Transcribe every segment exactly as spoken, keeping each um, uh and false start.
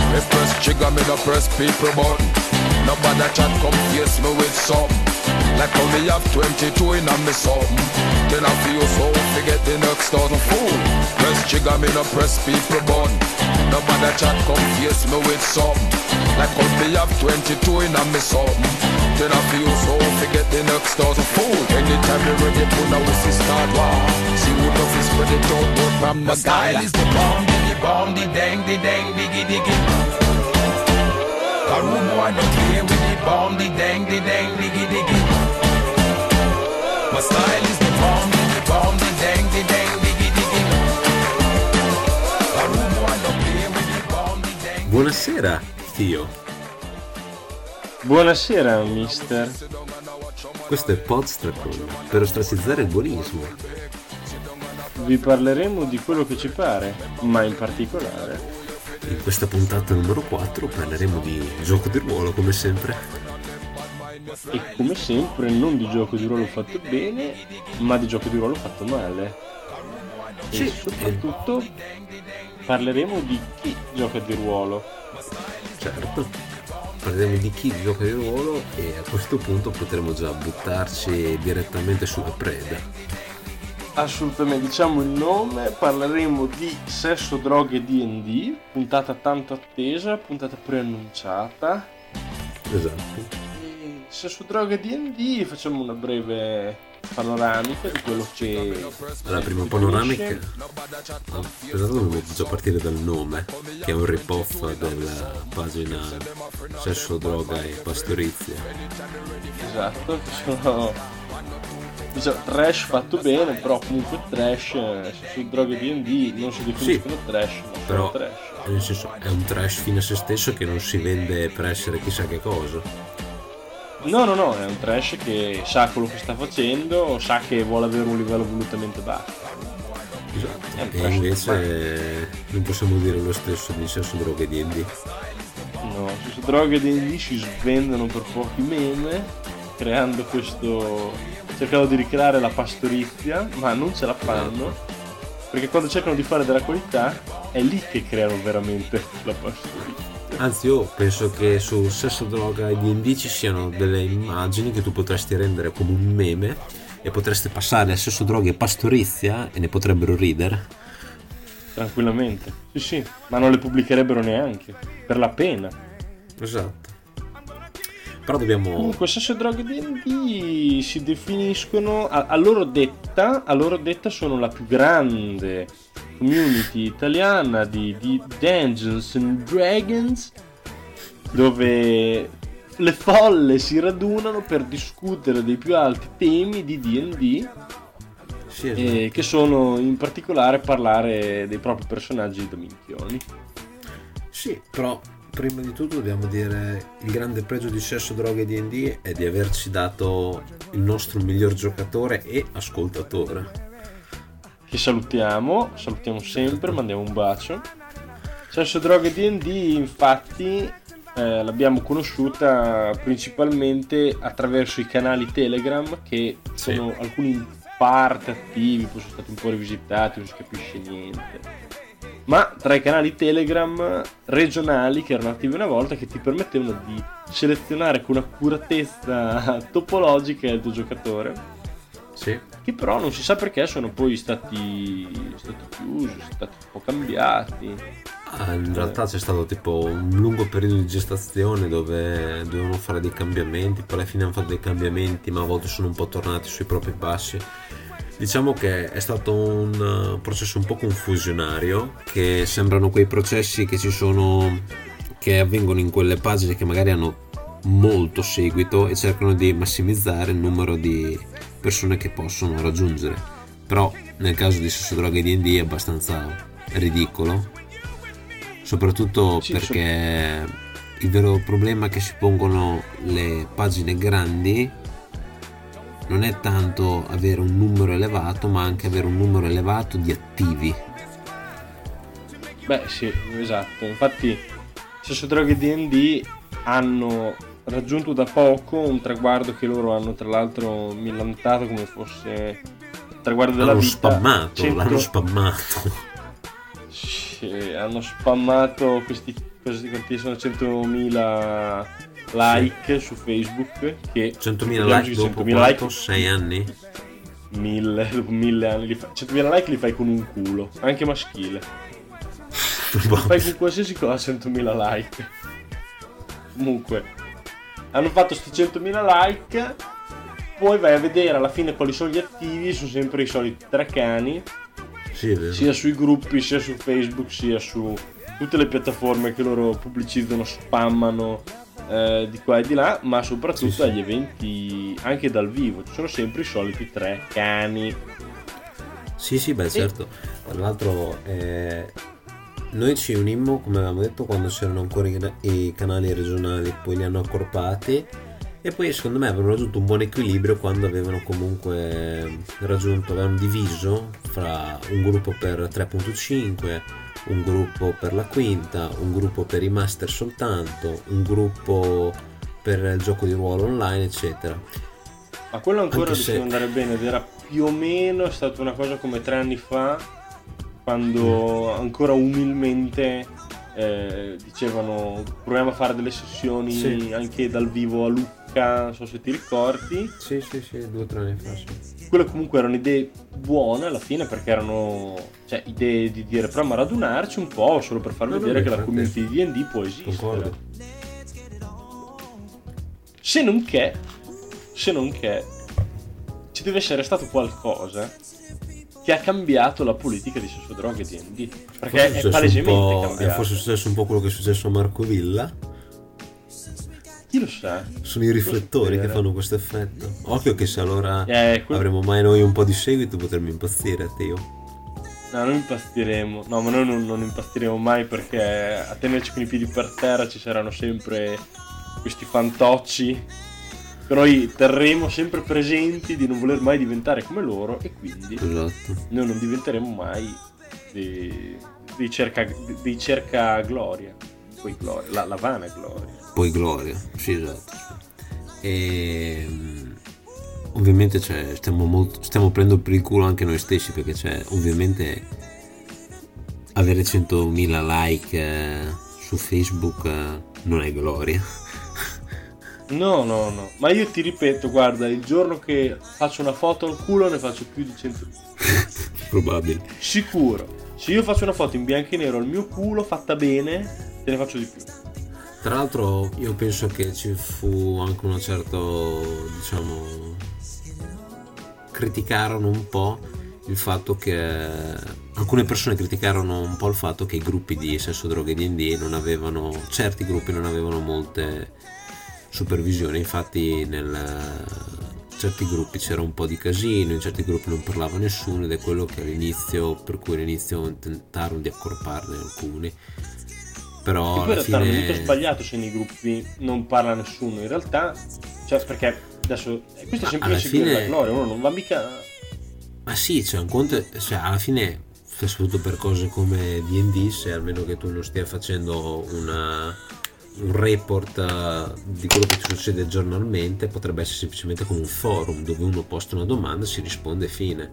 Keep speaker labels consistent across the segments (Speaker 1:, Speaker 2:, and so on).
Speaker 1: Me press trigger, me no press people button. Nobody chat come face me with something. Like how me have twenty-two in a me something. Then I feel so forget the next thousand fool. Press trigger, me no press people button. Nobody chat come face me with something. Like how me have twenty-two in a me something. Then I feel so forget the next thousand fool. Anytime you ready to now we see start war. See who love is spread it out, but from the style is the bomb, the bomb, the dang, the dang, diggy diggy. A room boy don't play with the bomb, the dang, the dang, diggy diggy. My style is the bomb, the bomb, the dang, the dang, diggy diggy. A room boy don't play with the bomb, the dang.
Speaker 2: Buonasera, Tio.
Speaker 3: Buonasera, mister.
Speaker 2: Questo è Podstracon, per ostracizzare il buonismo.
Speaker 3: Vi parleremo di quello che ci pare, ma in particolare
Speaker 2: In questa puntata numero quattro parleremo di gioco di ruolo, come sempre.
Speaker 3: e come sempre non di gioco di ruolo fatto bene, ma di gioco di ruolo fatto male.
Speaker 2: Sì,
Speaker 3: E soprattutto parleremo di chi gioca di ruolo.
Speaker 2: Certo. Parleremo di chi gioca di ruolo e a questo punto potremo già buttarci direttamente sulla preda.
Speaker 3: Assolutamente, diciamo il nome, parleremo di sesso, droghe e D and D, puntata tanto attesa, puntata preannunciata.
Speaker 2: Esatto.
Speaker 3: E sesso, droghe e D and D, facciamo una breve panoramica di quello che...
Speaker 2: La prima panoramica, no, scusate, dovevo già partire dal nome, che è un rip-off della pagina Sesso, Droga e Pastorizia.
Speaker 3: Esatto, che sono diciamo trash fatto bene, però comunque trash, eh, sesso, droghe e D and D non si definiscono
Speaker 2: Sì,
Speaker 3: trash, ma sono
Speaker 2: però
Speaker 3: trash.
Speaker 2: nel senso è un trash fine a se stesso che non si vende per essere chissà che cosa.
Speaker 3: No, no, no, è un trash che sa quello che sta facendo, sa che vuole avere un livello volutamente basso.
Speaker 2: Esatto.
Speaker 3: È un
Speaker 2: E
Speaker 3: trash
Speaker 2: invece non possiamo dire lo stesso di Sesso, Droga e D and D.
Speaker 3: No, sesso, droghe e D and D si svendono per pochi meme, creando questo... cercando di ricreare la pastorizia, ma non ce la fanno, perché quando cercano di fare della qualità è lì che creano veramente la pastorizia.
Speaker 2: Anzi, io penso che su Sesso, Droga e D and D ci siano delle immagini che tu potresti rendere come un meme e potresti passare a Sesso, Droga e Pastorizia e ne potrebbero ridere.
Speaker 3: Tranquillamente, sì sì, ma non le pubblicherebbero neanche, per la pena.
Speaker 2: Esatto. Però dobbiamo...
Speaker 3: Comunque sesso, droghe e D and D si definiscono, a, a loro detta, a loro detta sono la più grande community italiana di, di Dungeons and Dragons, dove le folle si radunano per discutere dei più alti temi di D and D,
Speaker 2: Sì, esatto.
Speaker 3: eh, che sono in particolare parlare dei propri personaggi da minchioni.
Speaker 2: Sì, però prima di tutto dobbiamo dire il grande pregio di Sesso, Droga e D and D è di averci dato il nostro miglior giocatore e ascoltatore.
Speaker 3: Che salutiamo, salutiamo sempre,
Speaker 2: Certo.
Speaker 3: mandiamo un bacio. Sesso, droghe e D and D infatti eh, l'abbiamo conosciuta principalmente attraverso i canali Telegram, che
Speaker 2: Sì.
Speaker 3: sono alcuni in parte attivi, poi sono stati un po' rivisitati, non si capisce niente. Ma tra i canali Telegram regionali che erano attivi una volta, che ti permettevano di selezionare con accuratezza topologica il tuo giocatore,
Speaker 2: Sì.
Speaker 3: che però non si sa perché sono poi stati, stati chiusi, stati un po' cambiati.
Speaker 2: Ah, in realtà c'è stato tipo un lungo periodo di gestazione dove dovevano fare dei cambiamenti, poi alla fine hanno fatto dei cambiamenti, ma a volte sono un po' tornati sui propri passi. Diciamo che è stato un uh, processo un po' confusionario, che sembrano quei processi che ci sono, che avvengono in quelle pagine che magari hanno molto seguito e cercano di massimizzare il numero di persone che possono raggiungere. Però nel caso di Sesso, Droga e D and D è abbastanza ridicolo, soprattutto
Speaker 3: Sì,
Speaker 2: perché il vero problema che si pongono le pagine grandi non è tanto avere un numero elevato, ma anche avere un numero elevato di attivi.
Speaker 3: Beh sì, esatto, infatti Sesso, droghe e D and D hanno raggiunto da poco un traguardo che loro hanno tra l'altro millantato come fosse il traguardo della
Speaker 2: L'hanno
Speaker 3: vita.
Speaker 2: spammato,
Speaker 3: cento
Speaker 2: l'hanno spammato.
Speaker 3: sì, hanno spammato questi, questi quanti sono centomila like su Facebook, che
Speaker 2: centomila like dopo
Speaker 3: centomila
Speaker 2: quanto?
Speaker 3: like,
Speaker 2: sei anni?
Speaker 3: mille, dopo mille anni li fa, centomila like li fai con un culo, anche maschile. Fai con qualsiasi cosa centomila like. Comunque hanno fatto sti centomila like, poi vai a vedere alla fine quali sono gli attivi, sono sempre i soliti tre cani,
Speaker 2: sì, è vero.
Speaker 3: Sia sui gruppi, sia su Facebook, sia su tutte le piattaforme che loro pubblicizzano, spammano eh, di qua e di là, ma soprattutto sì, agli sì. eventi anche dal vivo ci sono sempre i soliti tre cani.
Speaker 2: Sì sì, beh certo. Tra l'altro eh, noi ci unimmo, come avevamo detto, quando c'erano ancora i, i canali regionali, poi li hanno accorpati e poi secondo me avevano raggiunto un buon equilibrio quando avevano comunque raggiunto, avevano diviso fra un gruppo per tre punto cinque, un gruppo per la quinta, un gruppo per i master soltanto, un gruppo per il gioco di ruolo online, eccetera.
Speaker 3: Ma quello ancora
Speaker 2: se...
Speaker 3: doveva andare bene ed era più o meno, è stata una cosa come tre anni fa, quando mm. ancora umilmente eh, dicevano proviamo a fare delle sessioni sì. anche dal vivo a Lucca, non so se ti ricordi.
Speaker 2: Sì sì sì, due o tre anni fa sì.
Speaker 3: Quelle comunque erano idee buone alla fine, perché erano, cioè, idee di dire proviamo a radunarci un po' solo per far no, vedere che la community di D and D può esistere. Concordo. Se non che se non che ci deve essere stato qualcosa che ha cambiato la politica di sesso, droga e D and D, perché è palesemente cambiato.
Speaker 2: È forse successo un po' quello che è successo a Marco Villa.
Speaker 3: Chi lo sa?
Speaker 2: Sono i riflettori che fanno questo effetto. Occhio che se allora
Speaker 3: eh, quel...
Speaker 2: avremo mai noi un po' di seguito potremmo impazzire, Teo.
Speaker 3: No, non impazziremo. No, ma noi non, non impazziremo mai, perché a tenerci con i piedi per terra ci saranno sempre questi fantocci. Noi terremo sempre presenti di non voler mai diventare come loro, e quindi
Speaker 2: esatto.
Speaker 3: Noi non diventeremo mai dei, dei, cerca, dei cerca gloria. Poi gloria, la, la vana gloria.
Speaker 2: Poi gloria, sì esatto. E ovviamente cioè, stiamo, molto, stiamo prendendo per il culo anche noi stessi, perché cioè, ovviamente avere centomila like eh, su Facebook eh, non è gloria.
Speaker 3: No, no, no. Ma io ti ripeto, guarda, il giorno che faccio una foto al culo ne faccio più di cento.
Speaker 2: Probabile.
Speaker 3: Sicuro. Se io faccio una foto in bianco e nero al mio culo fatta bene, te ne faccio di più.
Speaker 2: Tra l'altro io penso che ci fu anche una certa, diciamo, criticarono un po' il fatto che alcune persone criticarono un po' il fatto che i gruppi di sesso, droga e D and D non avevano, certi gruppi non avevano molte supervisioni. Infatti nel certi gruppi c'era un po' di casino, in certi gruppi non parlava nessuno, ed è quello che all'inizio, per cui all'inizio tentarono di accorparne alcuni. Però alla fine
Speaker 3: non è tutto sbagliato se nei gruppi non parla nessuno, in realtà, cioè, perché adesso questo è sempre seguire la gloria, uno non va mica.
Speaker 2: Ma sì, c'è un conto, cioè alla fine, soprattutto per cose come D and D, se almeno che tu non stia facendo una un report di quello che ti succede giornalmente, potrebbe essere semplicemente come un forum dove uno posta una domanda, si risponde e fine.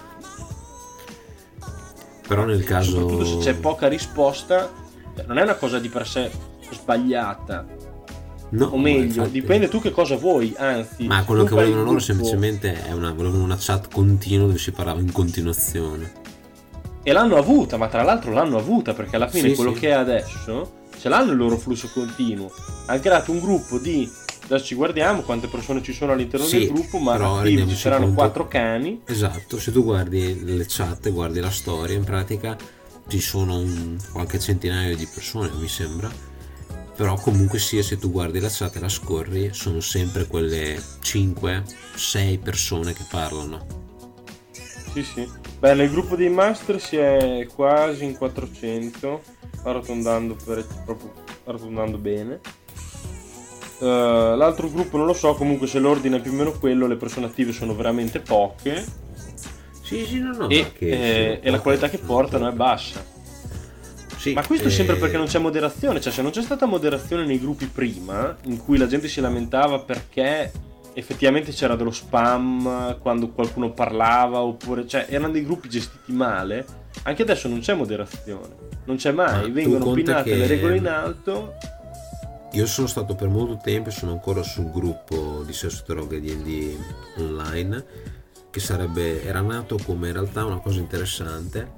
Speaker 2: Però nel caso,
Speaker 3: soprattutto se c'è poca risposta, non è una cosa di per sé sbagliata,
Speaker 2: no,
Speaker 3: o meglio,
Speaker 2: infatti,
Speaker 3: dipende tu che cosa vuoi, anzi.
Speaker 2: Ma quello che volevano loro
Speaker 3: gruppo...
Speaker 2: semplicemente è una, volevano una chat continua dove si parlava in continuazione.
Speaker 3: E l'hanno avuta, ma tra l'altro l'hanno avuta, perché alla fine
Speaker 2: sì,
Speaker 3: quello
Speaker 2: sì.
Speaker 3: che è adesso ce l'hanno il loro flusso continuo. Hanno creato un gruppo di, adesso ci guardiamo quante persone ci sono all'interno
Speaker 2: sì,
Speaker 3: del gruppo, ma attivi ci saranno conto... quattro cani.
Speaker 2: Esatto, se tu guardi le chat, guardi la storia, in pratica ci sono un, qualche centinaio di persone, mi sembra. Però comunque sia, se tu guardi la chat e la scorri, sono sempre quelle cinque sei persone che parlano.
Speaker 3: Sì, sì. Beh, nel gruppo dei master si è quasi in quattrocento, arrotondando, per, proprio arrotondando bene. Uh, l'altro gruppo non lo so, comunque se l'ordine è più o meno quello, le persone attive sono veramente poche.
Speaker 2: Sì, sì, no, no.
Speaker 3: E, eh, e la qualità che portano è bassa.
Speaker 2: Sì,
Speaker 3: ma questo
Speaker 2: eh...
Speaker 3: è sempre perché non c'è moderazione, cioè se non c'è stata moderazione nei gruppi prima, in cui la gente si lamentava perché effettivamente c'era dello spam quando qualcuno parlava, oppure, cioè erano dei gruppi gestiti male, anche adesso non c'è moderazione, non c'è mai,
Speaker 2: Ma
Speaker 3: vengono
Speaker 2: tu conta
Speaker 3: pinnate
Speaker 2: che
Speaker 3: le regole in alto.
Speaker 2: io sono stato per molto tempo e sono ancora sul gruppo di sesso, droga e D and D online, che sarebbe era nato come in realtà una cosa interessante,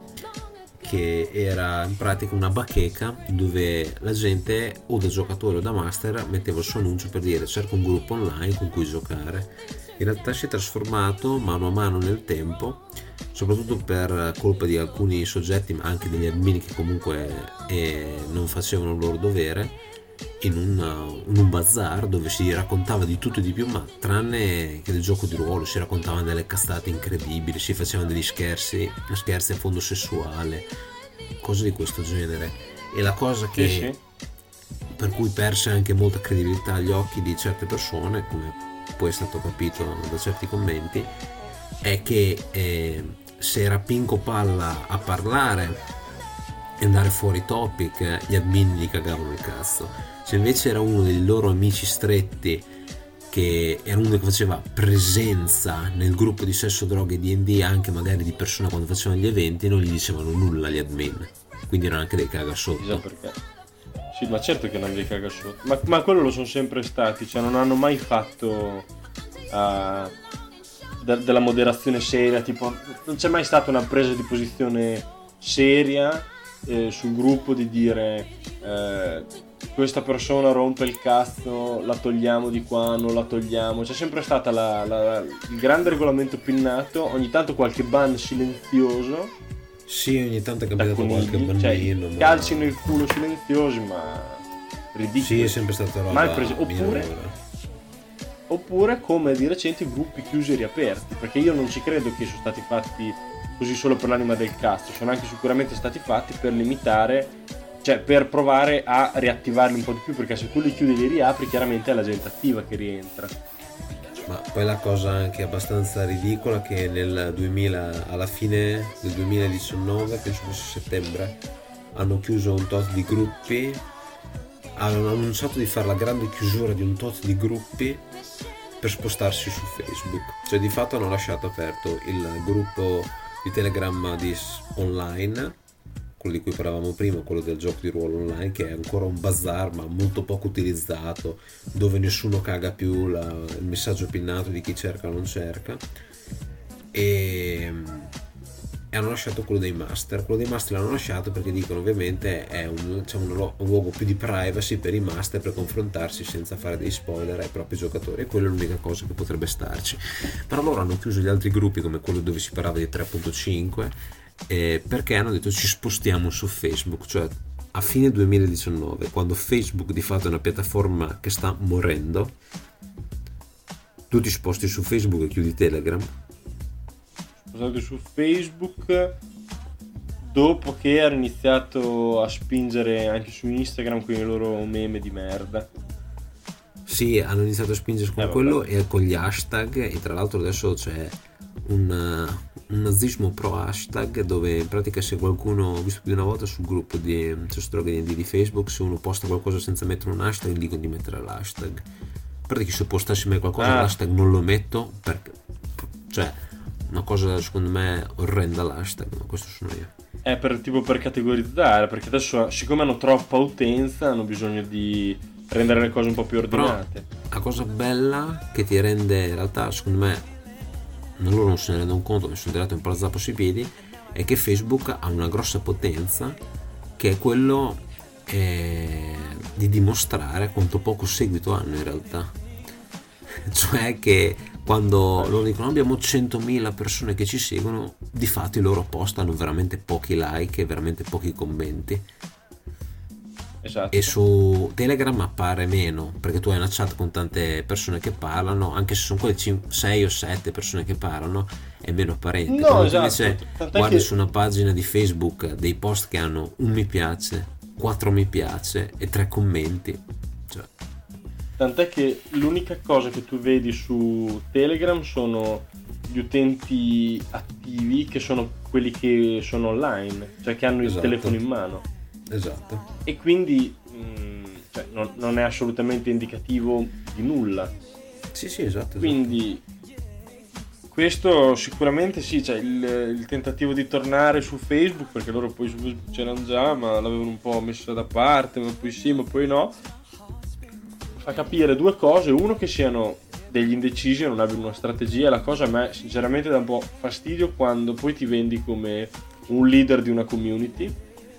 Speaker 2: che era in pratica una bacheca dove la gente o da giocatore o da master metteva il suo annuncio per dire cerca un gruppo online con cui giocare. In realtà si è trasformato mano a mano nel tempo, soprattutto per colpa di alcuni soggetti ma anche degli admin che comunque eh, non facevano il loro dovere, in un, in un bazar dove si raccontava di tutto e di più, ma tranne che del gioco di ruolo si raccontavano delle castate incredibili, si facevano degli scherzi scherzi a fondo sessuale, cose di questo genere. E la cosa che
Speaker 3: Sì, sì.
Speaker 2: per cui perse anche molta credibilità agli occhi di certe persone, come poi è stato capito da certi commenti, è che eh, se era Pinco Palla a parlare e andare fuori topic, gli admin gli cagavano il cazzo. Se invece era uno dei loro amici stretti, che era uno che faceva presenza nel gruppo di sesso, droga e D and D, anche magari di persona quando facevano gli eventi, non gli dicevano nulla gli admin, quindi erano anche dei cagasotto.
Speaker 3: Chissà perché. Sì, ma certo che non dei cagasotto, ma, ma quello lo sono sempre stati, cioè non hanno mai fatto uh, de- della moderazione seria, tipo non c'è mai stata una presa di posizione seria eh, sul gruppo di dire eh, questa persona rompe il cazzo, la togliamo di qua, non la togliamo. C'è sempre stata la, la, il grande regolamento pinnato, ogni tanto qualche ban silenzioso.
Speaker 2: Sì, ogni tanto è
Speaker 3: Da
Speaker 2: capitato qualche
Speaker 3: conigli, cioè,
Speaker 2: bambino, ma...
Speaker 3: calci nel culo silenziosi, ma ridicoli.
Speaker 2: Sì, è sempre stata roba
Speaker 3: Mai presi- oppure,
Speaker 2: minore.
Speaker 3: oppure come di recente gruppi chiusi e riaperti, perché io non ci credo che sono stati fatti così solo per l'anima del cazzo, sono anche sicuramente stati fatti per limitare, cioè per provare a riattivarli un po' di più, perché se tu li chiudi e li riapri chiaramente è la gente attiva che rientra.
Speaker 2: Ma poi la cosa anche abbastanza ridicola che nel duemila, alla fine del duemiladiciannove, penso fosse settembre, hanno chiuso un tot di gruppi, hanno annunciato di fare la grande chiusura di un tot di gruppi per spostarsi su Facebook. Cioè di fatto hanno lasciato aperto il gruppo di Telegram di online, quello di cui parlavamo prima, quello del gioco di ruolo online, che è ancora un bazar ma molto poco utilizzato, dove nessuno caga più la, il messaggio pinnato di chi cerca o non cerca, e, e hanno lasciato quello dei master. Quello dei master l'hanno lasciato perché dicono ovviamente è un, diciamo, un, un luogo più di privacy per i master, per confrontarsi senza fare dei spoiler ai propri giocatori, e quella è l'unica cosa che potrebbe starci. Però loro hanno chiuso gli altri gruppi, come quello dove si parlava di tre punto cinque, Eh, perché hanno detto ci spostiamo su Facebook. Cioè a fine duemiladiciannove, quando Facebook di fatto è una piattaforma che sta morendo, tu ti sposti su Facebook e chiudi Telegram.
Speaker 3: Spostate su Facebook dopo che hanno iniziato a spingere anche su Instagram con i loro meme di merda.
Speaker 2: Sì, hanno iniziato a spingere con
Speaker 3: eh,
Speaker 2: quello e con gli hashtag, e tra l'altro adesso c'è un, un nazismo pro hashtag, dove in pratica se qualcuno, ho visto più di una volta sul gruppo di Droga di Facebook, se uno posta qualcosa senza mettere un hashtag gli dicono di mettere l'hashtag. Perché se postassi mai qualcosa
Speaker 3: ah.
Speaker 2: l'hashtag non lo metto, perché cioè una cosa secondo me orrenda l'hashtag, ma questo sono io.
Speaker 3: È per, tipo per categorizzare, perché adesso siccome hanno troppa utenza hanno bisogno di rendere le cose un po' più ordinate.
Speaker 2: Però la cosa bella che ti rende, in realtà secondo me loro non se ne rendono conto, mi sono tirato un po' la zappa sui piedi, è che Facebook ha una grossa potenza, che è quello eh, di dimostrare quanto poco seguito hanno in realtà. Cioè che quando loro dicono abbiamo centomila persone che ci seguono, di fatto i loro post hanno veramente pochi like e veramente pochi commenti.
Speaker 3: Esatto.
Speaker 2: E su Telegram appare meno, perché tu hai una chat con tante persone che parlano, anche se sono quelle sei o sette persone che parlano, è meno apparente.
Speaker 3: No,
Speaker 2: Quando
Speaker 3: esatto.
Speaker 2: invece
Speaker 3: Tant'è
Speaker 2: guardi
Speaker 3: che...
Speaker 2: su una pagina di Facebook dei post che hanno un mi piace, quattro mi piace e tre commenti, cioè.
Speaker 3: Tant'è che l'unica cosa che tu vedi su Telegram sono gli utenti attivi, che sono quelli che sono online, cioè che hanno
Speaker 2: Esatto.
Speaker 3: il telefono in mano.
Speaker 2: Esatto.
Speaker 3: E quindi mh, cioè, non, non è assolutamente indicativo di nulla.
Speaker 2: Sì, sì, esatto.
Speaker 3: Quindi, questo sicuramente sì, cioè il, il tentativo di tornare su Facebook, perché loro poi su Facebook c'erano già, ma l'avevano un po' messo da parte, ma poi sì, ma poi no, fa capire due cose: uno, che siano degli indecisi e non abbiano una strategia. La cosa a me sinceramente dà un po' fastidio quando poi ti vendi come un leader di una community.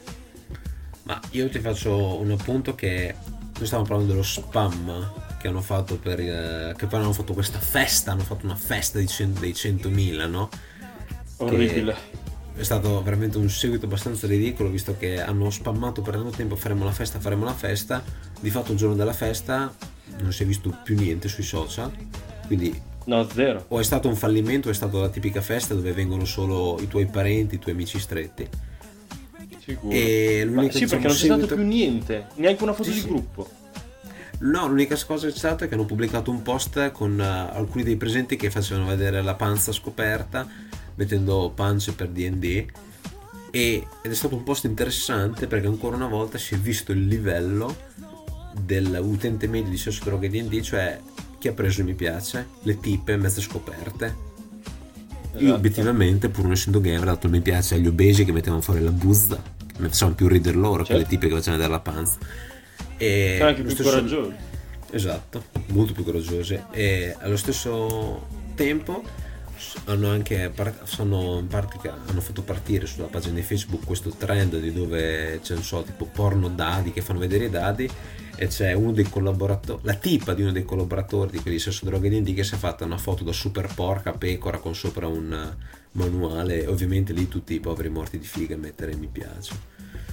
Speaker 2: Ma io ti faccio un appunto, che noi stiamo parlando dello spam che hanno fatto per eh, che poi hanno fatto questa festa, hanno fatto una festa dei, cent- dei centomila, no?
Speaker 3: Orribile.
Speaker 2: Che è stato veramente un seguito abbastanza ridicolo, visto che hanno spammato per tanto tempo: faremo la festa, faremo la festa. Di fatto il giorno della festa non si è visto più niente sui social, quindi
Speaker 3: No, zero.
Speaker 2: o è stato un fallimento o è stata la tipica festa dove vengono solo i tuoi parenti, i tuoi amici stretti.
Speaker 3: Sicuro.
Speaker 2: E
Speaker 3: Ma
Speaker 2: l'unica,
Speaker 3: sì,
Speaker 2: diciamo,
Speaker 3: perché non c'è stato
Speaker 2: seguito-
Speaker 3: più niente, neanche una foto
Speaker 2: Sì,
Speaker 3: di
Speaker 2: sì.
Speaker 3: gruppo.
Speaker 2: No, l'unica cosa che c'è stata è che hanno pubblicato un post con uh, alcuni dei presenti che facevano vedere la panza scoperta, mettendo pance per D and D, e, ed è stato un post interessante perché ancora una volta si è visto il livello dell'utente medio di Sesso, Droga e D and D, cioè chi ha preso il mi piace, le tipe mezze scoperte. Io
Speaker 3: Esatto.
Speaker 2: obiettivamente, pur non essendo gay, avrei dato il mi piace agli obesi che mettevano fuori la buzza, che mi facevano più ridere loro che
Speaker 3: Certo.
Speaker 2: le tipe che facevano vedere la panza. E
Speaker 3: Sono anche
Speaker 2: lo
Speaker 3: più
Speaker 2: stesso-
Speaker 3: coraggiosi.
Speaker 2: Esatto, molto più coraggiose, e allo stesso tempo s- hanno anche par- sono in pratica, hanno fatto partire sulla pagina di Facebook questo trend di dove c'è, non so, tipo porno dadi che fanno vedere i dadi, e c'è uno dei collaboratori, la tipa di uno dei collaboratori di quelli di Sesso, Droga e D and D, che si è fatta una foto da super porca pecora con sopra un eh, manuale, e ovviamente lì tutti i poveri morti di figa a mettere mi piace.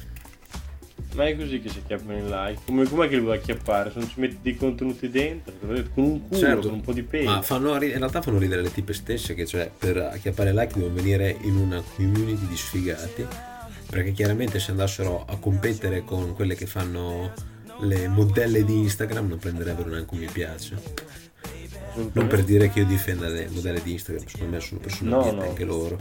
Speaker 3: Ma è così che si chiappano in like. Come, com'è che li vuoi acchiappare? Se non ci metti dei contenuti dentro, con un culo,
Speaker 2: Certo,
Speaker 3: con un po' di pelo.
Speaker 2: ma fanno ri- in realtà fanno ridere le tipe stesse, che cioè per acchiappare like devono venire in una community di sfigati, perché chiaramente se andassero a competere con quelle che fanno le modelle di Instagram non prenderebbero neanche un mi piace. Non per dire che io difenda le modelle di Instagram, secondo me sono persone
Speaker 3: No,
Speaker 2: obiette
Speaker 3: no.
Speaker 2: anche loro.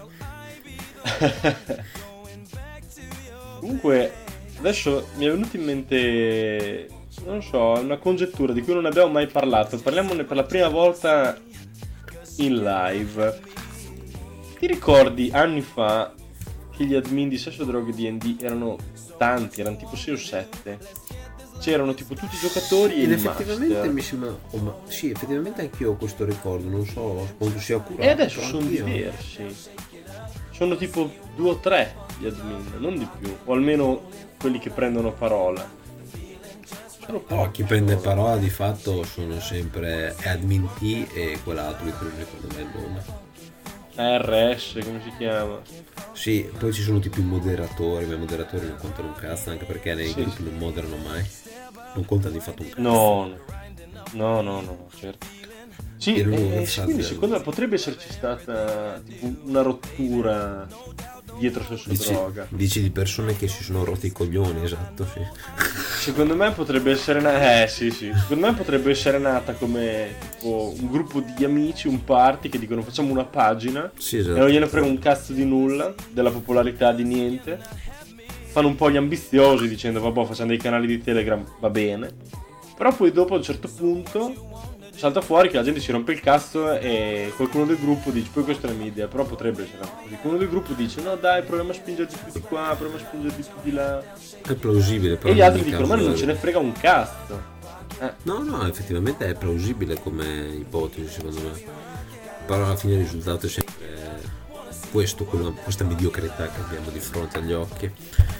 Speaker 3: Comunque, adesso mi è venuto in mente, non so, una congettura di cui non abbiamo mai parlato. Parliamone per la prima volta in live. Ti ricordi anni fa che gli admin di Sesso, Droga e D and D erano tanti, erano tipo sei o sette? C'erano tipo tutti i giocatori e
Speaker 2: Ed
Speaker 3: il
Speaker 2: effettivamente
Speaker 3: master.
Speaker 2: mi sembra, oh, ma sì, effettivamente anch'io ho questo ricordo, non so quanto sia accurato.
Speaker 3: E adesso
Speaker 2: però
Speaker 3: sono
Speaker 2: anch'io.
Speaker 3: diversi. Sono tipo due o tre gli admin, non di più. O almeno quelli che prendono parola. Sono
Speaker 2: Allora,
Speaker 3: pochi.
Speaker 2: chi prende
Speaker 3: sono.
Speaker 2: parola di fatto sono sempre admin T e quell'altro di cui non ricordo mai il nome.
Speaker 3: R S, come si chiama?
Speaker 2: Sì, poi ci sono tipo i moderatori, ma i moderatori non contano un cazzo, anche perché nei
Speaker 3: Sì,
Speaker 2: gruppi
Speaker 3: sì.
Speaker 2: non moderano mai. Non contano di fatto un cazzo.
Speaker 3: No, no, no, no, no, certo. Sì,
Speaker 2: E lui
Speaker 3: eh,
Speaker 2: non
Speaker 3: sì,
Speaker 2: sa
Speaker 3: quindi
Speaker 2: dire.
Speaker 3: secondo me potrebbe esserci stata tipo una rottura dietro Sesso,
Speaker 2: Dici,
Speaker 3: Droga.
Speaker 2: dici di persone che si sono rotti i coglioni, esatto, sì.
Speaker 3: Secondo me potrebbe essere nata, eh sì sì, secondo me potrebbe essere nata come tipo un gruppo di amici, un party che dicono facciamo una pagina
Speaker 2: Sì,
Speaker 3: e
Speaker 2: esatto.
Speaker 3: non gliene frega un cazzo di nulla, della popolarità, di niente. Fanno un po' gli ambiziosi dicendo vabbè, facciamo dei canali di Telegram, va bene. Però poi dopo a un certo punto salta fuori che la gente si rompe il cazzo e qualcuno del gruppo dice, poi questa è la mia idea, però potrebbe essere così. Qualcuno del gruppo dice no dai, proviamo a spingere di più di qua, proviamo a spingere di più di là.
Speaker 2: È plausibile, però
Speaker 3: E gli
Speaker 2: in
Speaker 3: altri
Speaker 2: ogni
Speaker 3: dicono
Speaker 2: caso
Speaker 3: ma non
Speaker 2: è-
Speaker 3: ce ne frega un cazzo. Eh,
Speaker 2: No, no, effettivamente è plausibile come ipotesi, secondo me. Però alla fine il risultato è sempre questo, quello- questa mediocrità che abbiamo di fronte agli occhi.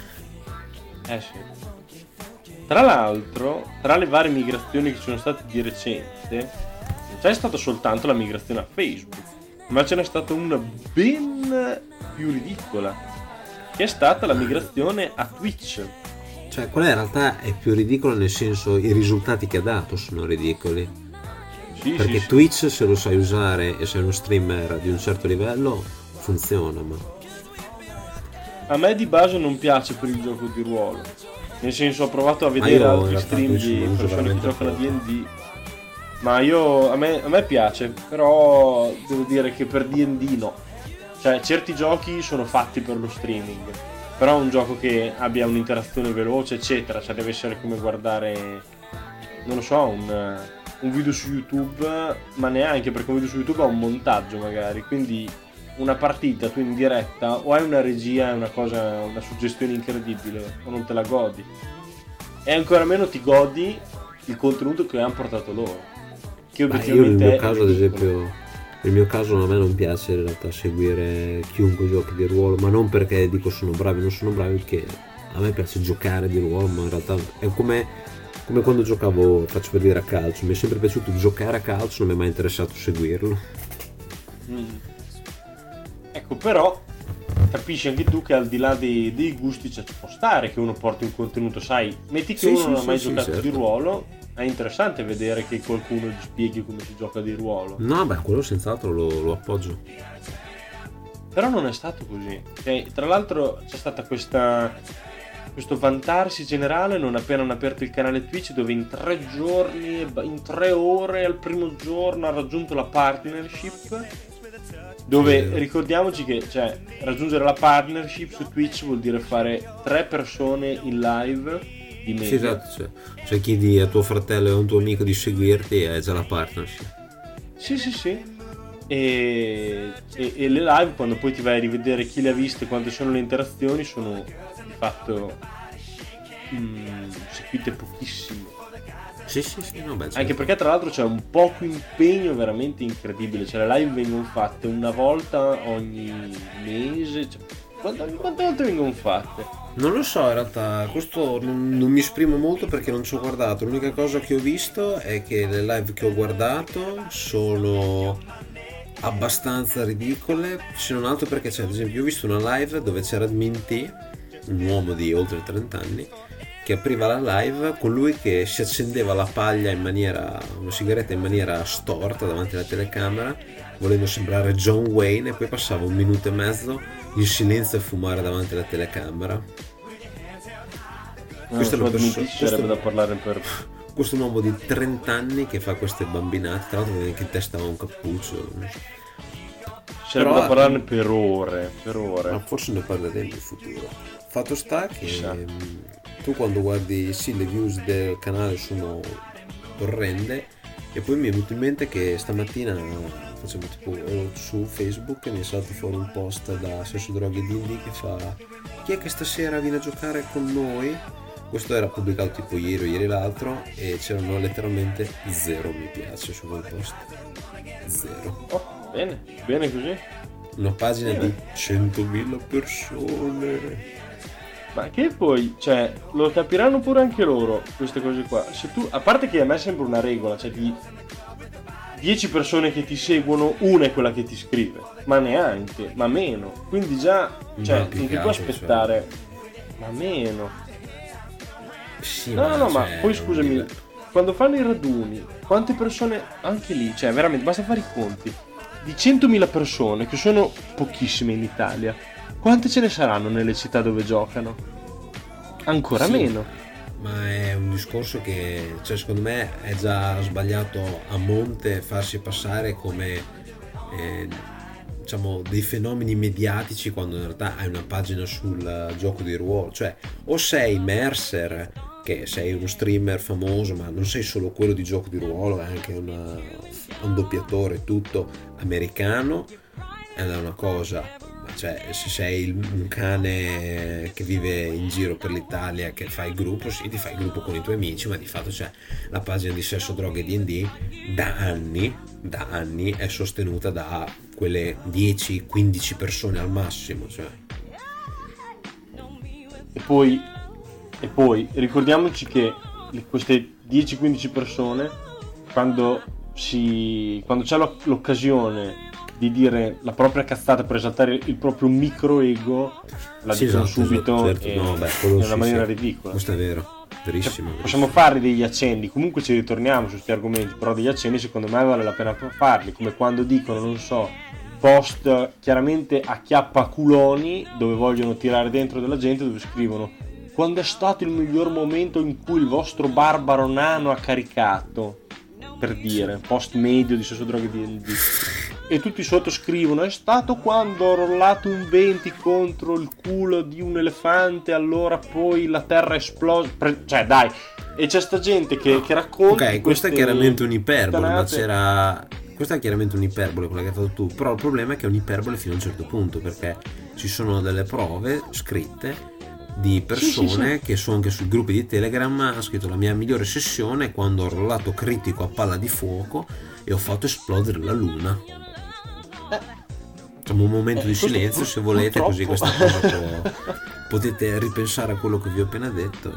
Speaker 3: eh sì. Tra l'altro, tra le varie migrazioni che ci sono state di recente, non c'è stata soltanto la migrazione a Facebook, ma ce n'è stata una ben più ridicola, che è stata la migrazione a Twitch.
Speaker 2: Cioè, quella in realtà è più ridicola, nel senso i risultati che ha dato sono ridicoli.
Speaker 3: Sì,
Speaker 2: Perché
Speaker 3: sì, sì.
Speaker 2: Twitch, se lo sai usare e sei uno streamer di un certo livello, funziona, ma
Speaker 3: A me di base non piace per il gioco di ruolo. Nel senso, ho provato a vedere
Speaker 2: io in
Speaker 3: altri
Speaker 2: realtà
Speaker 3: stream
Speaker 2: Twitch
Speaker 3: di
Speaker 2: lo uso
Speaker 3: persone che
Speaker 2: veramente
Speaker 3: giocano a D
Speaker 2: poco.
Speaker 3: and D. Ma io, a me, a me piace, però devo dire che per D and D no. Cioè, certi giochi sono fatti per lo streaming. Però un gioco che abbia un'interazione veloce, eccetera, cioè deve essere come guardare, non lo so, un, un video su YouTube, ma neanche, perché un video su YouTube ha un montaggio magari, quindi una partita tu in diretta o hai una regia, è una cosa, una suggestione incredibile, o non te la godi, e ancora meno ti godi il contenuto che hanno portato loro, che obiettivamente
Speaker 2: io nel mio
Speaker 3: è
Speaker 2: caso ad
Speaker 3: ridicolo.
Speaker 2: esempio nel mio caso a me non piace in realtà seguire chiunque giochi di ruolo, ma non perché dico sono bravi, non sono bravi, perché a me piace giocare di ruolo, ma in realtà è come, come quando giocavo, faccio per dire, a calcio, mi è sempre piaciuto giocare a calcio, non mi è mai interessato seguirlo.
Speaker 3: Mm. Ecco, però capisci anche tu che al di là dei, dei gusti, cioè, ci può stare che uno porti un contenuto, sai, metti che
Speaker 2: Sì,
Speaker 3: uno
Speaker 2: sì,
Speaker 3: non ha
Speaker 2: sì,
Speaker 3: mai
Speaker 2: sì,
Speaker 3: giocato
Speaker 2: certo.
Speaker 3: di ruolo, è interessante vedere che qualcuno gli spieghi come si gioca di ruolo.
Speaker 2: No, beh, quello senz'altro lo, lo appoggio.
Speaker 3: Però non è stato così. Cioè, tra l'altro c'è stata questa questo vantarsi generale non appena hanno aperto il canale Twitch, dove in tre giorni, in tre ore al primo giorno ha raggiunto la partnership, dove
Speaker 2: Sì.
Speaker 3: ricordiamoci che, cioè, raggiungere la partnership su Twitch vuol dire fare tre persone in live di media.
Speaker 2: Sì, esatto, cioè, cioè chiedi a tuo fratello o a un tuo amico di seguirti e è già la partnership.
Speaker 3: Sì, sì, sì. E, e, e le live, quando poi ti vai a rivedere chi le ha viste, quante sono le interazioni, sono di fatto mm, seguite pochissimo.
Speaker 2: Sì, sì, sì, no, beh, certo.
Speaker 3: Anche perché tra l'altro c'è un poco impegno veramente incredibile. Cioè, le live vengono fatte una volta ogni mese. Cioè, quante, quante volte vengono fatte?
Speaker 2: Non lo so, in realtà, questo non, non mi esprimo molto perché non ci ho guardato. L'unica cosa che ho visto è che le live che ho guardato sono abbastanza ridicole, se non altro perché c'è, ad esempio, io ho visto una live dove c'era Admin T, un uomo di oltre trenta anni, che apriva la live con lui che si accendeva la paglia in maniera, una sigaretta in maniera storta davanti alla telecamera, volendo sembrare John Wayne, e poi passava un minuto e mezzo in silenzio a fumare davanti alla telecamera.
Speaker 3: No,
Speaker 2: Questo è una
Speaker 3: su
Speaker 2: perso-
Speaker 3: Admin T ci sarebbe
Speaker 2: questo-
Speaker 3: da parlare per...
Speaker 2: Questo è un uomo di trenta anni che fa queste bambinate, tra l'altro vede che in testa ha un cappuccio.
Speaker 3: Ci sarebbe
Speaker 2: Però-
Speaker 3: da parlarne per ore, per ore.
Speaker 2: Ma forse ne parleremo in futuro. Fatto sta che
Speaker 3: Chissà.
Speaker 2: mh, tu quando guardi, sì, le views del canale sono orrende, e poi mi è venuto in mente che stamattina facevo tipo ero su Facebook e mi è saltato fuori un post da Sesso, Droghe e D and D che fa: chi è che stasera viene a giocare con noi? Questo era pubblicato tipo ieri o ieri l'altro, e c'erano letteralmente zero mi piace su quel post. Zero.
Speaker 3: Oh, bene, bene così.
Speaker 2: Una pagina di centomila persone.
Speaker 3: Ma che poi, cioè, lo capiranno pure anche loro, queste cose qua. Se tu, a parte che a me sembra una regola, cioè di dieci persone che ti seguono, una è quella che ti scrive, ma neanche, ma meno. Quindi già, cioè,
Speaker 2: Ma più
Speaker 3: non ti
Speaker 2: che
Speaker 3: puoi
Speaker 2: altro,
Speaker 3: aspettare, ma meno.
Speaker 2: Sì,
Speaker 3: No, no, no, ma
Speaker 2: cioè,
Speaker 3: poi
Speaker 2: non
Speaker 3: scusami,
Speaker 2: diver-
Speaker 3: quando fanno i raduni, quante persone, anche lì, cioè veramente, basta fare i conti, di centomila persone, che sono pochissime in Italia, quante ce ne saranno nelle città dove giocano? Ancora
Speaker 2: Sì,
Speaker 3: meno.
Speaker 2: ma è un discorso che, cioè, secondo me è già sbagliato a monte farsi passare come eh, diciamo dei fenomeni mediatici quando in realtà hai una pagina sul gioco di ruolo. Cioè, o sei Mercer, che sei uno streamer famoso, ma non sei solo quello di gioco di ruolo, è anche una, un doppiatore tutto americano, ed è una cosa. Cioè, se sei il- un cane che vive in giro per l'Italia, che fa il gruppo, sì, ti fai il gruppo con i tuoi amici, ma di fatto, cioè, la pagina di Sesso, Droghe e D and D da anni, da anni è sostenuta da quelle dieci quindici persone al massimo, cioè.
Speaker 3: E poi, e poi ricordiamoci che le- queste dieci quindici persone, quando, si, quando c'è l'oc- l'occasione di dire la propria cazzata per esaltare il proprio micro ego, la
Speaker 2: Sì,
Speaker 3: dicono
Speaker 2: esatto,
Speaker 3: subito,
Speaker 2: certo,
Speaker 3: e-
Speaker 2: no, beh, quello
Speaker 3: in una
Speaker 2: sì,
Speaker 3: maniera
Speaker 2: sì.
Speaker 3: ridicola.
Speaker 2: Questo è vero, verissimo.
Speaker 3: Cioè, possiamo fare degli accenni, comunque ci ritorniamo su questi argomenti, però degli accenni secondo me vale la pena farli, come quando dicono, non so, post chiaramente a chiappaculoni dove vogliono tirare dentro della gente, dove scrivono: quando è stato il miglior momento in cui il vostro barbaro nano ha caricato, per dire, post medio di Sesso, Droghe e D and D, e tutti sotto scrivono: è stato quando ho rollato un venti contro il culo di un elefante, allora poi la terra è esplosa. Pre- cioè dai, e c'è sta gente che, che racconta.
Speaker 2: Ok, questa è chiaramente un'iperbole, ma
Speaker 3: puttanate.
Speaker 2: c'era. Questa è chiaramente un'iperbole, quella che hai fatto tu. Però il problema è che è un'iperbole fino a un certo punto, perché ci sono delle prove scritte di persone
Speaker 3: Sì, sì, sì.
Speaker 2: che sono anche sui gruppi di Telegram. Ha scritto: la mia migliore sessione è quando ho rollato critico a palla di fuoco e ho fatto esplodere la luna. Facciamo un momento
Speaker 3: Eh,
Speaker 2: di
Speaker 3: questo
Speaker 2: silenzio
Speaker 3: pur-
Speaker 2: se volete, così
Speaker 3: purtroppo.
Speaker 2: questa cosa può, potete ripensare a quello che vi ho appena detto.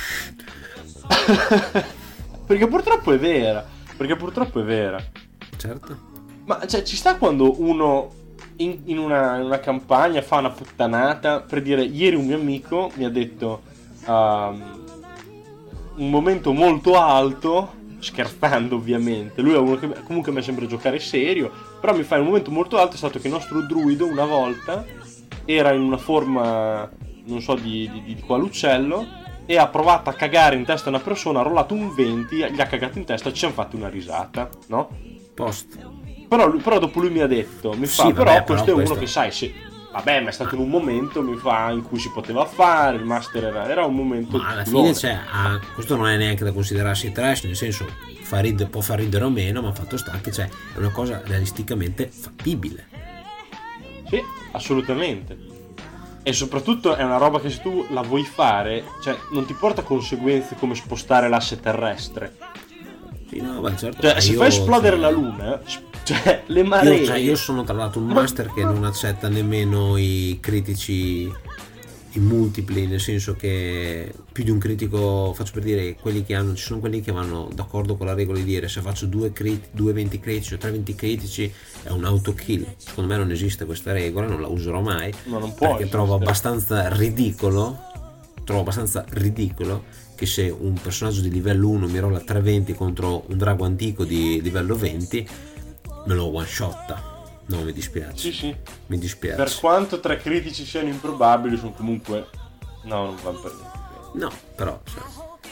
Speaker 3: Perché purtroppo è vera. Perché purtroppo è vera.
Speaker 2: Certo.
Speaker 3: Ma cioè, ci sta quando uno in, in una, in una campagna fa una puttanata. Per dire, ieri un mio amico mi ha detto um, un momento molto alto, scherzando ovviamente. Lui è uno che comunque mi sembra giocare serio, però mi fa un momento molto alto è stato che il nostro druido una volta era in una forma, non so di, di, di quale uccello, e ha provato a cagare in testa a una persona, ha rollato un venti, gli ha cagato in testa, ci hanno fatto una risata, no?
Speaker 2: Post.
Speaker 3: Però, lui- però dopo lui mi ha detto, mi fa,
Speaker 2: Sì,
Speaker 3: però
Speaker 2: vabbè,
Speaker 3: questo
Speaker 2: però
Speaker 3: è uno
Speaker 2: questo-
Speaker 3: che sai, se, vabbè, ma è stato in un momento, mi fa, in cui si poteva fare, il master era, era un momento
Speaker 2: Ma alla
Speaker 3: di
Speaker 2: fine
Speaker 3: culore.
Speaker 2: c'è, ah, questo non è neanche da considerarsi trash, nel senso fa rid- può far ridere o meno, ma fatto sta che c'è, è una cosa realisticamente fattibile.
Speaker 3: Sì, assolutamente. E soprattutto è una roba che se tu la vuoi fare, cioè non ti porta conseguenze come spostare l'asse terrestre.
Speaker 2: Sì, no, beh, certo.
Speaker 3: Cioè,
Speaker 2: ma
Speaker 3: se
Speaker 2: io,
Speaker 3: fai esplodere
Speaker 2: cioè,
Speaker 3: la luna, s- cioè le maree.
Speaker 2: io, cioè, io sono tra l'altro un
Speaker 3: Ma-
Speaker 2: master che non accetta nemmeno i critici in multipli, nel senso che più di un critico, faccio per dire, quelli che hanno, ci sono quelli che vanno d'accordo con la regola di dire se faccio due, crit, due venti critici o tre venti critici è un autokill. Secondo me non esiste questa regola, non la userò mai,
Speaker 3: No, non può
Speaker 2: perché trovo
Speaker 3: esistere.
Speaker 2: abbastanza ridicolo, trovo abbastanza ridicolo che se un personaggio di livello uno mi rolla tre venti contro un drago antico di livello venti, me lo one shotta. No, mi dispiace.
Speaker 3: Sì, sì.
Speaker 2: Mi dispiace.
Speaker 3: Per quanto tre critici siano improbabili, sono comunque. No, non vanno per niente.
Speaker 2: No, però cioè,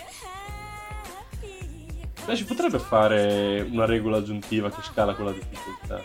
Speaker 3: Beh, si potrebbe fare una regola aggiuntiva che scala con la difficoltà.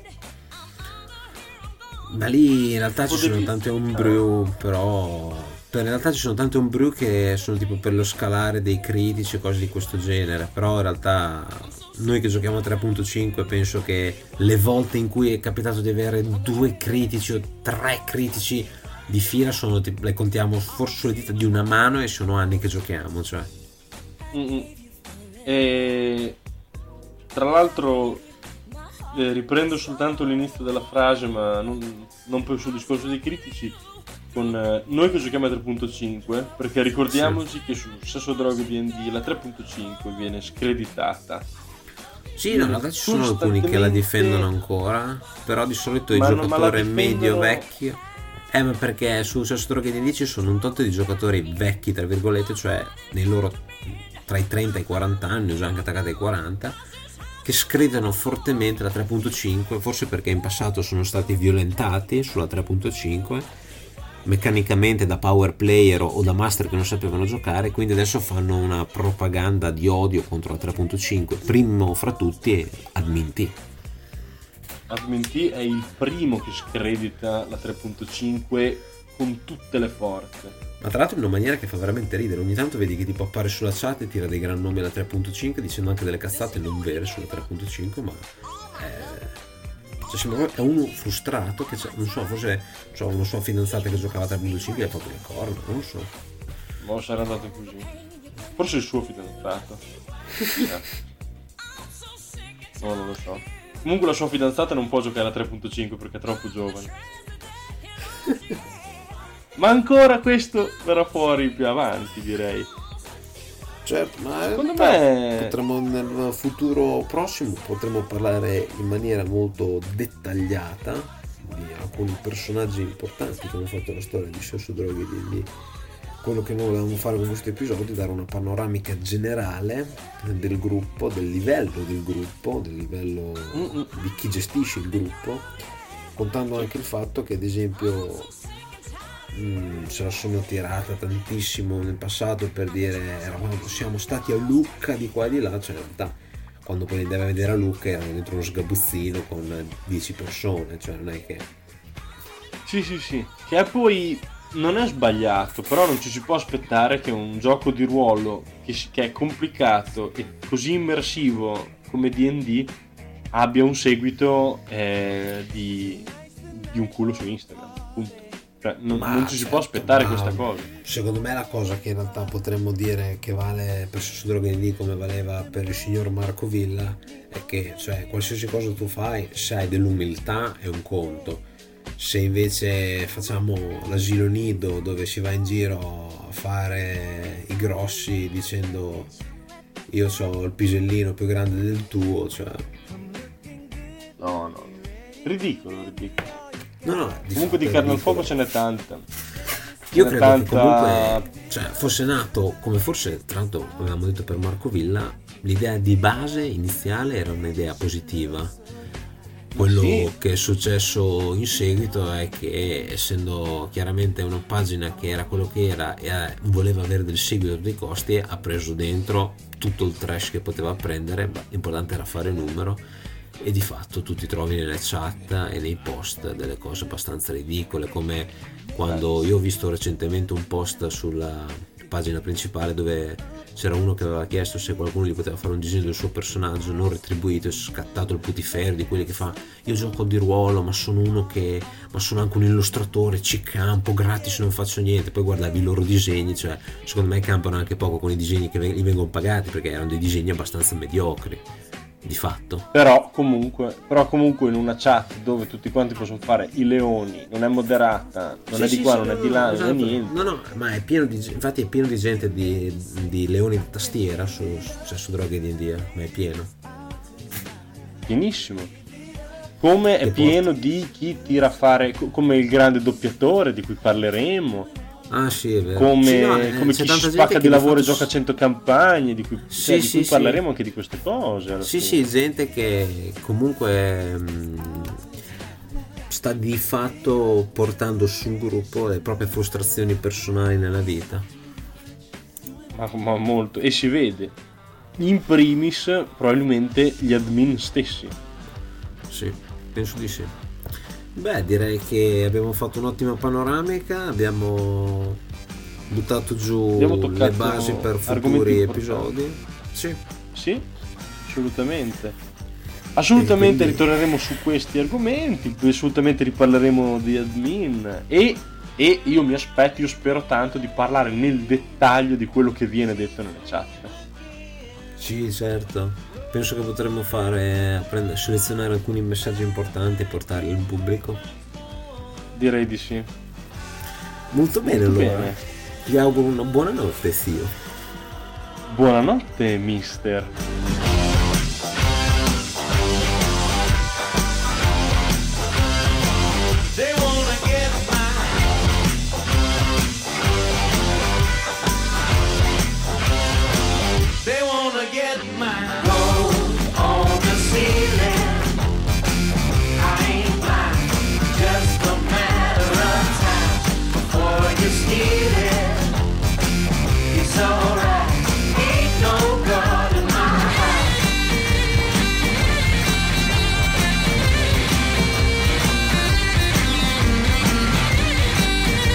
Speaker 2: ma lì in realtà ci
Speaker 3: Potevi-
Speaker 2: sono tante homebrew, però per in realtà ci sono tante homebrew che sono tipo per lo scalare dei critici e cose di questo genere, però in realtà noi che giochiamo a tre punto cinque penso che le volte in cui è capitato di avere due critici o tre critici di fila sono tipo, le contiamo forse sulle dita di una mano e sono anni che giochiamo, cioè.
Speaker 3: Mm-mm. E tra l'altro eh, riprendo soltanto l'inizio della frase, ma non, non per sul discorso dei critici. Con eh, noi che giochiamo a tre punto cinque, perché ricordiamoci che sul Sesso Droga D and D la tre punto cinque viene screditata.
Speaker 2: Sì, no, in realtà ci sono alcuni che la
Speaker 3: Costantemente-
Speaker 2: difendono ancora, però di solito il
Speaker 3: Ma non- ma la
Speaker 2: giocatore medio
Speaker 3: difendono-
Speaker 2: vecchio. Eh, ma perché su Sesso Droga D and D ci sono un tot di giocatori vecchi, tra virgolette, cioè nei loro tra i trenta e i quaranta anni, o già anche attaccati ai quaranta, che scredano fortemente la tre punto cinque, forse perché in passato sono stati violentati sulla tre punto cinque meccanicamente da power player o da master che non sapevano giocare, quindi adesso fanno una propaganda di odio contro la tre punto cinque. Primo fra tutti è Admin T.
Speaker 3: Admin T è il primo che scredita la tre punto cinque con tutte le forze.
Speaker 2: Ma tra l'altro in una maniera che fa veramente ridere, ogni tanto vedi che tipo appare sulla chat e tira dei gran nomi alla tre punto cinque dicendo anche delle cazzate non vere sulla tre punto cinque, ma è, cioè, sembra è uno frustrato che non so, forse c'ho una sua fidanzata che giocava a tre punto cinque e ha fatto le corna, non lo so.
Speaker 3: Ma sarà andato così. Forse il suo fidanzato. No, non lo so. Comunque la sua fidanzata non può giocare a tre punto cinque perché è troppo giovane. Ma ancora questo verrà fuori più avanti, direi.
Speaker 2: Certo, ma
Speaker 3: Secondo me-
Speaker 2: potremmo nel futuro prossimo potremmo parlare in maniera molto dettagliata di alcuni personaggi importanti che hanno fatto la storia di Sesso, Droghe e D and D. Quello che noi volevamo fare con questo episodio è dare una panoramica generale del gruppo, del livello del gruppo, del livello
Speaker 3: Mm-mm.
Speaker 2: di chi gestisce il gruppo, contando anche il fatto che ad esempio Mm, se la sono tirata tantissimo nel passato per dire eravamo, siamo stati a Lucca di qua e di là, cioè in realtà quando poi andava a vedere a Lucca erano dentro uno sgabuzzino con dieci persone, cioè non è che
Speaker 3: Sì, sì, sì. Che è poi non è sbagliato, però non ci si può aspettare che un gioco di ruolo che, che è complicato e così immersivo come D and D abbia un seguito eh, di, di un culo su Instagram, appunto. Cioè, non, non ci si può aspettare questa cosa.
Speaker 2: Secondo me la cosa che in realtà potremmo dire che vale per Sesso Droga D and D come valeva per il signor Marco Villa è che, cioè, qualsiasi cosa tu fai, se hai dell'umiltà è un conto. Se invece facciamo l'asilo nido dove si va in giro a fare i grossi dicendo io ho il pisellino più grande del tuo, cioè
Speaker 3: no no ridicolo ridicolo
Speaker 2: no, no, di
Speaker 3: comunque di carne al fuoco ce n'è tanta.
Speaker 2: Io credo tanta... che comunque, cioè, fosse nato come forse tra l'altro avevamo detto per Marco Villa, l'idea di base iniziale era un'idea positiva. Quello sì. Che è successo in seguito è che, essendo chiaramente una pagina che era quello che era e voleva avere del seguito dei costi, ha preso dentro tutto il trash che poteva prendere. L'importante era fare numero, e di fatto tu ti trovi nelle chat e nei post delle cose abbastanza ridicole, come quando io ho visto recentemente un post sulla pagina principale dove c'era uno che aveva chiesto se qualcuno gli poteva fare un disegno del suo personaggio non retribuito, e scattato il putiferio di quelli che fa io gioco di ruolo ma sono uno che ma sono anche un illustratore, ci campo gratis, non faccio niente. Poi guardavi i loro disegni, cioè secondo me campano anche poco con i disegni che gli vengono pagati, perché erano dei disegni abbastanza mediocri di fatto.
Speaker 3: Però comunque, però comunque in una chat dove tutti quanti possono fare i leoni, non è moderata, non
Speaker 2: sì,
Speaker 3: è di
Speaker 2: sì,
Speaker 3: qua,
Speaker 2: sì,
Speaker 3: non
Speaker 2: no,
Speaker 3: è di là,
Speaker 2: esatto.
Speaker 3: non è niente.
Speaker 2: No, no, ma è pieno di, infatti è pieno di gente di, di leoni di tastiera su, su, su Droghe D and D, ma è pieno.
Speaker 3: Pienissimo. Come è
Speaker 2: che
Speaker 3: pieno
Speaker 2: porta.
Speaker 3: Di chi tira a fare, come il grande doppiatore di cui parleremo.
Speaker 2: Ah sì, è vero.
Speaker 3: Come,
Speaker 2: sì, no, eh,
Speaker 3: come chi si spacca di lavoro e gioca a cento campagne, di cui,
Speaker 2: sì,
Speaker 3: cioè, di
Speaker 2: sì,
Speaker 3: cui
Speaker 2: sì.
Speaker 3: parleremo anche di queste cose.
Speaker 2: Sì, fine. Sì, gente che comunque mh, sta di fatto portando sul gruppo le proprie frustrazioni personali nella vita.
Speaker 3: Ma, ma molto, e si vede. In primis probabilmente gli admin stessi.
Speaker 2: Sì, penso di sì. Beh, direi che abbiamo fatto un'ottima panoramica, abbiamo buttato giù le basi per futuri episodi. Sì.
Speaker 3: Sì, assolutamente. Assolutamente quindi... ritorneremo su questi argomenti, assolutamente riparleremo di admin e, e io mi aspetto, io spero tanto di parlare nel dettaglio di quello che viene detto nelle chat.
Speaker 2: Sì, certo. Penso che potremmo fare prendere, selezionare alcuni messaggi importanti e portarli in pubblico.
Speaker 3: Direi di sì.
Speaker 2: Molto bene,
Speaker 3: Molto
Speaker 2: allora.
Speaker 3: Bene.
Speaker 2: Ti auguro una buona notte, zio.
Speaker 3: Buonanotte, mister.